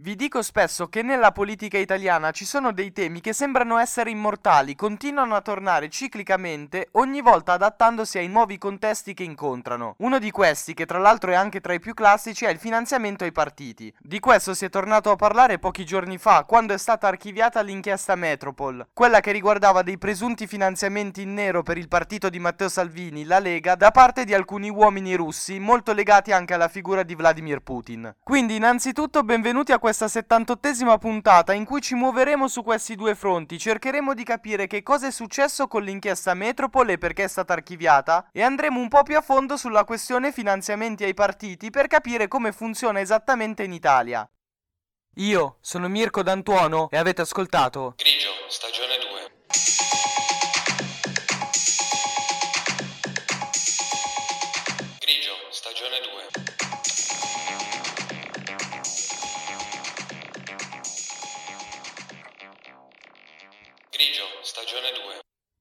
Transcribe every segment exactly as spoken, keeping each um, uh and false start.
Vi dico spesso che nella politica italiana ci sono dei temi che sembrano essere immortali, continuano a tornare ciclicamente, ogni volta adattandosi ai nuovi contesti che incontrano. Uno di questi, che tra l'altro è anche tra i più classici, è il finanziamento ai partiti. Di questo si è tornato a parlare pochi giorni fa, quando è stata archiviata l'inchiesta Metropol, quella che riguardava dei presunti finanziamenti in nero per il partito di Matteo Salvini, la Lega, da parte di alcuni uomini russi, molto legati anche alla figura di Vladimir Putin. Quindi, innanzitutto, benvenuti a questa settantottesima puntata in cui ci muoveremo su questi due fronti, cercheremo di capire che cosa è successo con l'inchiesta Metropol e perché è stata archiviata, e andremo un po' più a fondo sulla questione finanziamenti ai partiti per capire come funziona esattamente in Italia. Io sono Mirko D'Antuono e avete ascoltato Grigio, stagione due. Grigio, stagione due. Grigio, stagione due.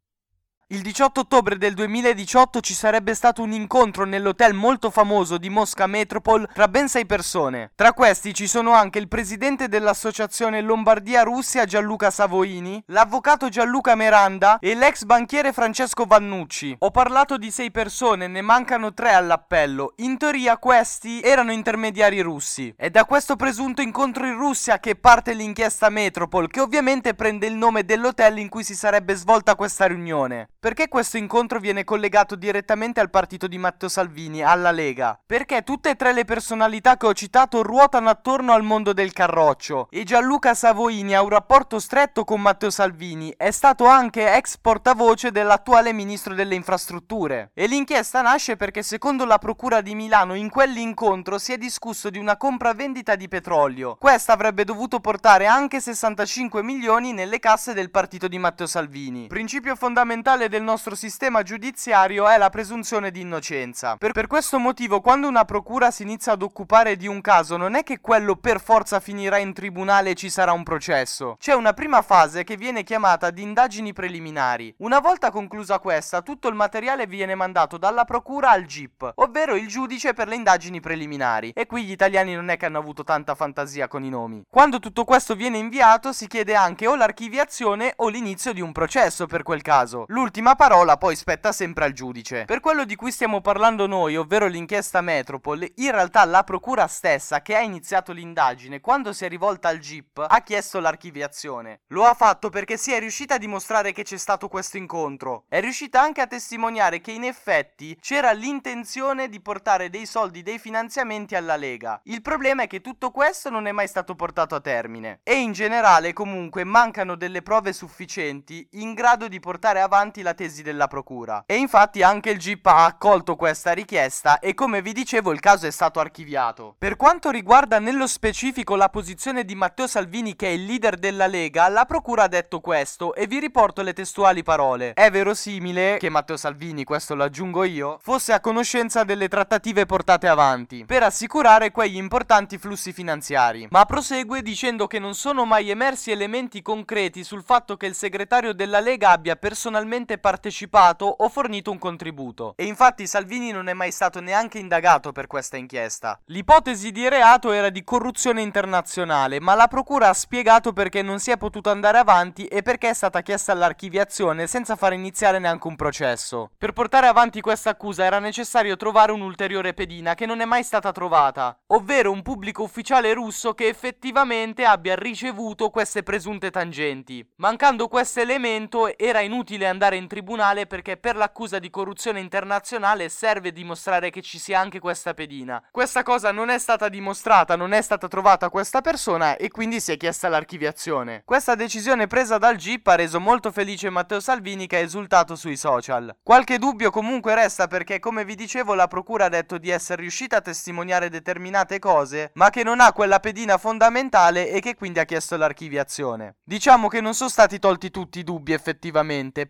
Il diciotto ottobre del duemiladiciotto ci sarebbe stato un incontro nell'hotel molto famoso di Mosca Metropol tra ben sei persone. Tra questi ci sono anche il presidente dell'associazione Lombardia Russia Gianluca Savoini, l'avvocato Gianluca Meranda e l'ex banchiere Francesco Vannucci. Ho parlato di sei persone, ne mancano tre all'appello. In teoria questi erano intermediari russi. È da questo presunto incontro in Russia che parte l'inchiesta Metropol, che ovviamente prende il nome dell'hotel in cui si sarebbe svolta questa riunione. Perché questo incontro viene collegato direttamente al partito di Matteo Salvini, alla Lega? Perché tutte e tre le personalità che ho citato ruotano attorno al mondo del carroccio e Gianluca Savoini ha un rapporto stretto con Matteo Salvini, è stato anche ex portavoce dell'attuale ministro delle infrastrutture. E l'inchiesta nasce perché secondo la procura di Milano in quell'incontro si è discusso di una compravendita di petrolio. Questa avrebbe dovuto portare anche sessantacinque milioni nelle casse del partito di Matteo Salvini. Principio fondamentale del nostro sistema giudiziario è la presunzione di innocenza. Per, per questo motivo, quando una procura si inizia ad occupare di un caso, non è che quello per forza finirà in tribunale e ci sarà un processo. C'è una prima fase che viene chiamata di indagini preliminari. Una volta conclusa questa, tutto il materiale viene mandato dalla procura al G I P, ovvero il giudice per le indagini preliminari. E qui gli italiani non è che hanno avuto tanta fantasia con i nomi. Quando tutto questo viene inviato, si chiede anche o l'archiviazione o l'inizio di un processo per quel caso. L'ultima parola poi spetta sempre al giudice. Per quello di cui stiamo parlando noi, ovvero l'inchiesta Metropol, in realtà la procura stessa che ha iniziato l'indagine, quando si è rivolta al G I P, ha chiesto l'archiviazione. Lo ha fatto perché si è riuscita a dimostrare che c'è stato questo incontro. È riuscita anche a testimoniare che in effetti c'era l'intenzione di portare dei soldi, dei finanziamenti alla Lega. Il problema è che tutto questo non è mai stato portato a termine. E in generale comunque mancano delle prove sufficienti in grado di portare avanti la tesi della procura. E infatti anche il G I P ha accolto questa richiesta e, come vi dicevo, il caso è stato archiviato. Per quanto riguarda nello specifico la posizione di Matteo Salvini, che è il leader della Lega, la procura ha detto questo e vi riporto le testuali parole. È verosimile che Matteo Salvini, questo lo aggiungo io, fosse a conoscenza delle trattative portate avanti per assicurare quegli importanti flussi finanziari, ma prosegue dicendo che non sono mai emersi elementi concreti sul fatto che il segretario della Lega abbia personalmente partecipato o fornito un contributo. E infatti Salvini non è mai stato neanche indagato per questa inchiesta. L'ipotesi di reato era di corruzione internazionale, ma la procura ha spiegato perché non si è potuto andare avanti e perché è stata chiesta l'archiviazione senza far iniziare neanche un processo. Per portare avanti questa accusa era necessario trovare un'ulteriore pedina che non è mai stata trovata, ovvero un pubblico ufficiale russo che effettivamente abbia ricevuto queste presunte tangenti. Mancando questo elemento era inutile andare in tribunale perché per l'accusa di corruzione internazionale serve dimostrare che ci sia anche questa pedina. Questa cosa non è stata dimostrata, non è stata trovata questa persona e quindi si è chiesta l'archiviazione. Questa decisione presa dal G I P ha reso molto felice Matteo Salvini, che ha esultato sui social. Qualche dubbio comunque resta perché, come vi dicevo, la procura ha detto di essere riuscita a testimoniare determinate cose, ma che non ha quella pedina fondamentale e che quindi ha chiesto l'archiviazione. Diciamo che non sono stati tolti tutti i dubbi effettivamente, però la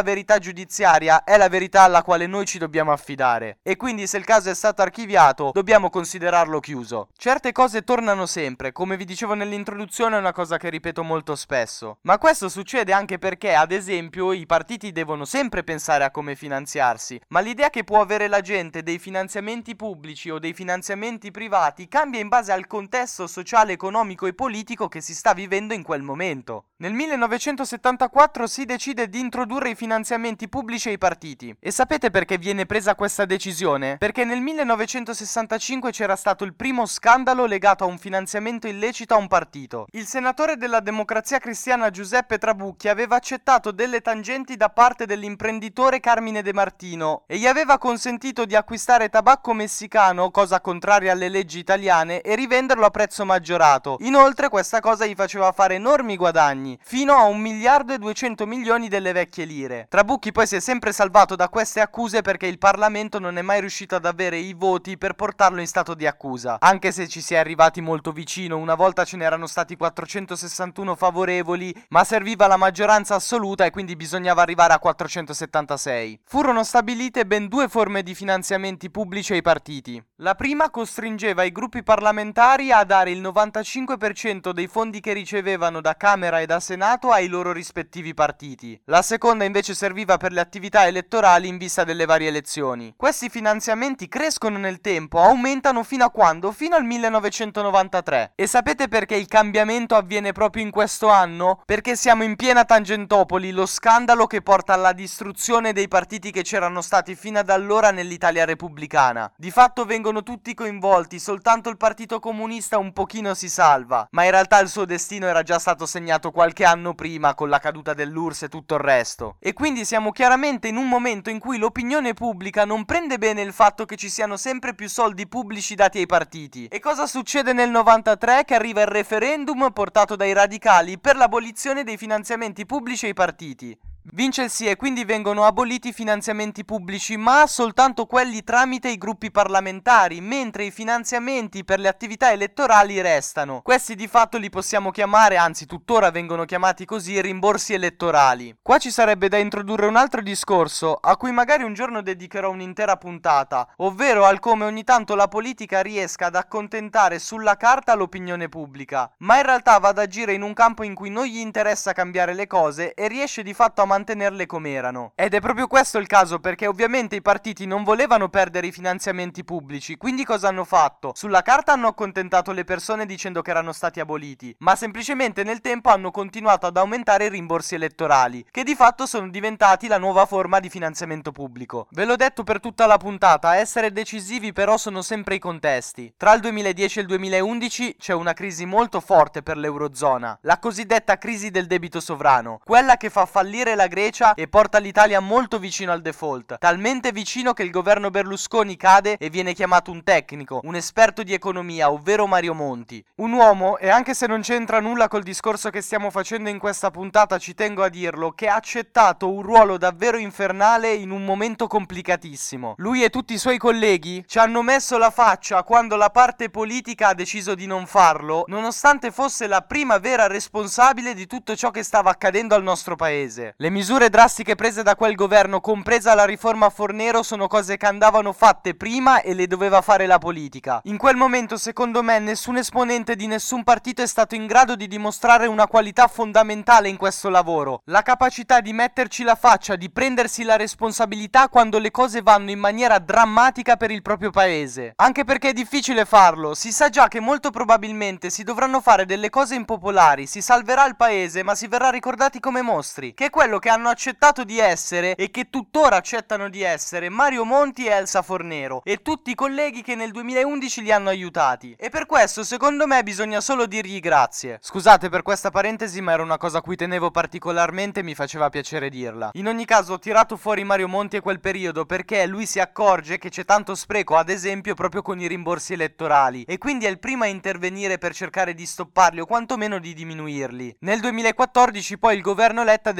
verità giudiziaria è la verità alla quale noi ci dobbiamo affidare. E quindi se il caso è stato archiviato, dobbiamo considerarlo chiuso. Certe cose tornano sempre, come vi dicevo nell'introduzione è una cosa che ripeto molto spesso. Ma questo succede anche perché, ad esempio, i partiti devono sempre pensare a come finanziarsi, ma l'idea che può avere la gente dei finanziamenti pubblici o dei finanziamenti privati cambia in base al contesto sociale, economico e politico che si sta vivendo in quel momento. Nel millenovecentosettantaquattro si decide di introdurre i finanziamenti pubblici ai partiti. E sapete perché viene presa questa decisione? Perché nel millenovecentosessantacinque c'era stato il primo scandalo legato a un finanziamento illecito a un partito. Il senatore della Democrazia Cristiana Giuseppe Trabucchi aveva accettato delle tangenti da parte dell'imprenditore Carmine De Martino e gli aveva consentito di acquistare tabacco messicano, cosa contraria alle leggi italiane, e rivenderlo a prezzo maggiorato. Inoltre questa cosa gli faceva fare enormi guadagni, fino a un miliardo e duecento milioni delle vecchie lire. Trabucchi poi si è sempre salvato da queste accuse perché il Parlamento non è mai riuscito ad avere i voti per portarlo in stato di accusa, anche se ci si è arrivati molto vicino. Una volta ce n'erano stati quattrocentosessantuno favorevoli, ma serviva la maggioranza assoluta e quindi bisognava arrivare a quattrocentosettantasei. Furono stabilite ben due forme di finanziamenti pubblici ai partiti. La prima costringeva i gruppi parlamentari a dare il novantacinque per cento dei fondi che ricevevano da Camera e da Senato ai loro rispettivi partiti. La seconda invece serviva per le attività elettorali in vista delle varie elezioni. Questi finanziamenti crescono nel tempo, aumentano fino a quando? Fino al millenovecentonovantatré. E sapete perché il cambiamento avviene proprio in questo anno? Perché siamo in piena Tangentopoli, lo scandalo che porta alla distruzione dei partiti che c'erano stati fino ad allora nell'Italia repubblicana. Di fatto vengono tutti coinvolti, soltanto il Partito Comunista un pochino si salva, ma in realtà il suo destino era già stato segnato qualche anno prima con la caduta dell'U R S S e tutto il resto. E quindi siamo chiaramente in un momento in cui l'opinione pubblica non prende bene il fatto che ci siano sempre più soldi pubblici dati ai partiti. E cosa succede nel novantatré? Che arriva il referendum portato dai radicali per l'abolizione dei finanziamenti pubblici ai partiti. Vince il sì e quindi vengono aboliti i finanziamenti pubblici, ma soltanto quelli tramite i gruppi parlamentari, mentre i finanziamenti per le attività elettorali restano. Questi di fatto li possiamo chiamare, anzi tuttora vengono chiamati così, rimborsi elettorali. Qua ci sarebbe da introdurre un altro discorso, a cui magari un giorno dedicherò un'intera puntata, ovvero al come ogni tanto la politica riesca ad accontentare sulla carta l'opinione pubblica, ma in realtà va ad agire in un campo in cui non gli interessa cambiare le cose e riesce di fatto a mantenerle come erano. Ed è proprio questo il caso, perché ovviamente i partiti non volevano perdere i finanziamenti pubblici, quindi cosa hanno fatto? Sulla carta hanno accontentato le persone dicendo che erano stati aboliti, ma semplicemente nel tempo hanno continuato ad aumentare i rimborsi elettorali, che di fatto sono diventati la nuova forma di finanziamento pubblico. Ve l'ho detto per tutta la puntata, a essere decisivi però sono sempre i contesti. Tra il duemiladieci e il duemilaundici c'è una crisi molto forte per l'Eurozona, la cosiddetta crisi del debito sovrano, quella che fa fallire la Grecia e porta l'Italia molto vicino al default, talmente vicino che il governo Berlusconi cade e viene chiamato un tecnico, un esperto di economia, ovvero Mario Monti. Un uomo, e anche se non c'entra nulla col discorso che stiamo facendo in questa puntata, ci tengo a dirlo, che ha accettato un ruolo davvero infernale in un momento complicatissimo. Lui e tutti i suoi colleghi ci hanno messo la faccia quando la parte politica ha deciso di non farlo, nonostante fosse la prima vera responsabile di tutto ciò che stava accadendo al nostro paese. Le misure drastiche prese da quel governo, compresa la riforma Fornero, sono cose che andavano fatte prima e le doveva fare la politica. In quel momento, secondo me, nessun esponente di nessun partito è stato in grado di dimostrare una qualità fondamentale in questo lavoro: la capacità di metterci la faccia, di prendersi la responsabilità quando le cose vanno in maniera drammatica per il proprio paese. Anche perché è difficile farlo, si sa già che molto probabilmente si dovranno fare delle cose impopolari, si salverà il paese ma si verrà ricordati come mostri, che è quello che hanno accettato di essere e che tuttora accettano di essere Mario Monti e Elsa Fornero e tutti i colleghi che nel duemilaundici li hanno aiutati. E per questo secondo me bisogna solo dirgli grazie. Scusate per questa parentesi, ma era una cosa a cui tenevo particolarmente e mi faceva piacere dirla. In ogni caso ho tirato fuori Mario Monti e quel periodo perché lui si accorge che c'è tanto spreco, ad esempio proprio con i rimborsi elettorali, e quindi è il primo a intervenire per cercare di stopparli o quantomeno di diminuirli. Nel duemilaquattordici poi il governo Letta decide di abolire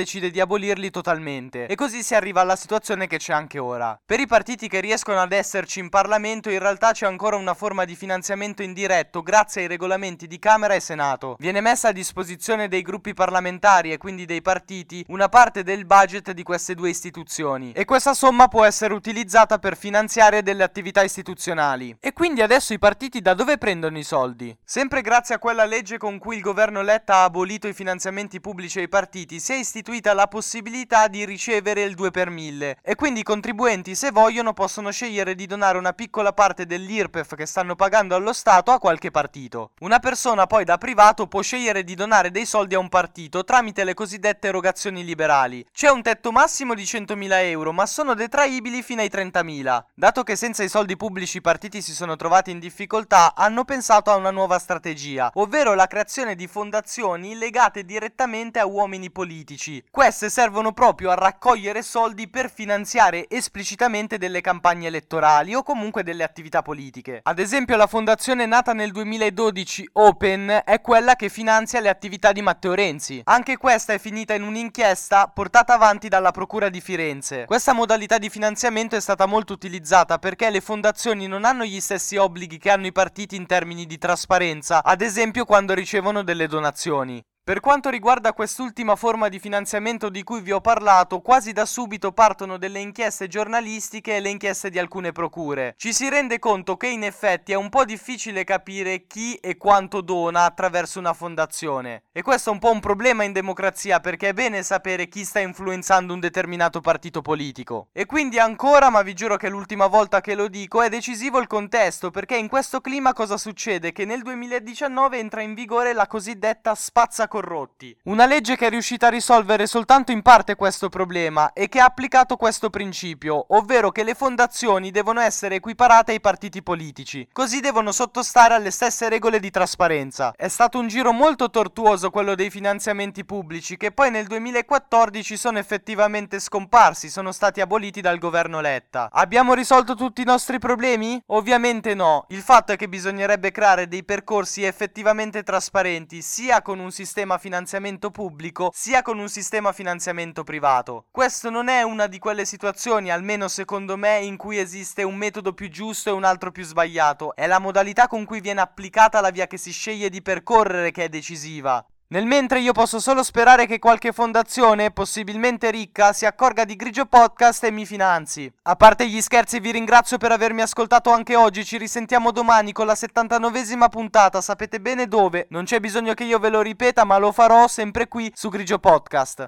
abolirli totalmente. E così si arriva alla situazione che c'è anche ora. Per i partiti che riescono ad esserci in Parlamento, in realtà c'è ancora una forma di finanziamento indiretto grazie ai regolamenti di Camera e Senato. Viene messa a disposizione dei gruppi parlamentari e quindi dei partiti una parte del budget di queste due istituzioni, e questa somma può essere utilizzata per finanziare delle attività istituzionali. E quindi adesso i partiti da dove prendono i soldi? Sempre grazie a quella legge con cui il governo Letta ha abolito i finanziamenti pubblici ai partiti, si è istituita la possibilità di ricevere il due per mille, e quindi i contribuenti, se vogliono, possono scegliere di donare una piccola parte dell'I R P E F che stanno pagando allo Stato a qualche partito. Una persona poi da privato può scegliere di donare dei soldi a un partito tramite le cosiddette erogazioni liberali. C'è un tetto massimo di centomila euro, ma sono detraibili fino ai trentamila. Dato che senza i soldi pubblici i partiti si sono trovati in difficoltà, hanno pensato a una nuova strategia, ovvero la creazione di fondazioni legate direttamente a uomini politici. Queste servono proprio a raccogliere soldi per finanziare esplicitamente delle campagne elettorali o comunque delle attività politiche. Ad esempio, la fondazione nata nel duemiladodici, Open, è quella che finanzia le attività di Matteo Renzi. Anche questa è finita in un'inchiesta portata avanti dalla Procura di Firenze. Questa modalità di finanziamento è stata molto utilizzata perché le fondazioni non hanno gli stessi obblighi che hanno i partiti in termini di trasparenza, ad esempio quando ricevono delle donazioni. Per quanto riguarda quest'ultima forma di finanziamento di cui vi ho parlato, quasi da subito partono delle inchieste giornalistiche e le inchieste di alcune procure. Ci si rende conto che in effetti è un po' difficile capire chi e quanto dona attraverso una fondazione. E questo è un po' un problema in democrazia, perché è bene sapere chi sta influenzando un determinato partito politico. E quindi ancora, ma vi giuro che è l'ultima volta che lo dico, è decisivo il contesto, perché in questo clima cosa succede? Che nel duemiladiciannove entra in vigore la cosiddetta spazzacorrotti. Corrotti. Una legge che è riuscita a risolvere soltanto in parte questo problema e che ha applicato questo principio, ovvero che le fondazioni devono essere equiparate ai partiti politici, così devono sottostare alle stesse regole di trasparenza. È stato un giro molto tortuoso quello dei finanziamenti pubblici, che poi nel duemilaquattordici sono effettivamente scomparsi, sono stati aboliti dal governo Letta. Abbiamo risolto tutti i nostri problemi? Ovviamente no. Il fatto è che bisognerebbe creare dei percorsi effettivamente trasparenti, sia con un sistema finanziamento pubblico sia con un sistema finanziamento privato. Questo non è una di quelle situazioni, almeno secondo me, in cui esiste un metodo più giusto e un altro più sbagliato. È la modalità con cui viene applicata la via che si sceglie di percorrere che è decisiva. Nel mentre io posso solo sperare che qualche fondazione, possibilmente ricca, si accorga di Grigio Podcast e mi finanzi. A parte gli scherzi, vi ringrazio per avermi ascoltato anche oggi. Ci risentiamo domani con la settantanovesima puntata, sapete bene dove. Non c'è bisogno che io ve lo ripeta, ma lo farò sempre qui su Grigio Podcast.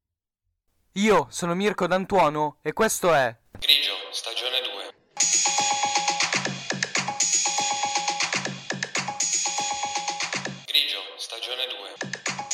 Io sono Mirko D'Antuono e questo è Grigio, stagione due. Grigio, stagione due.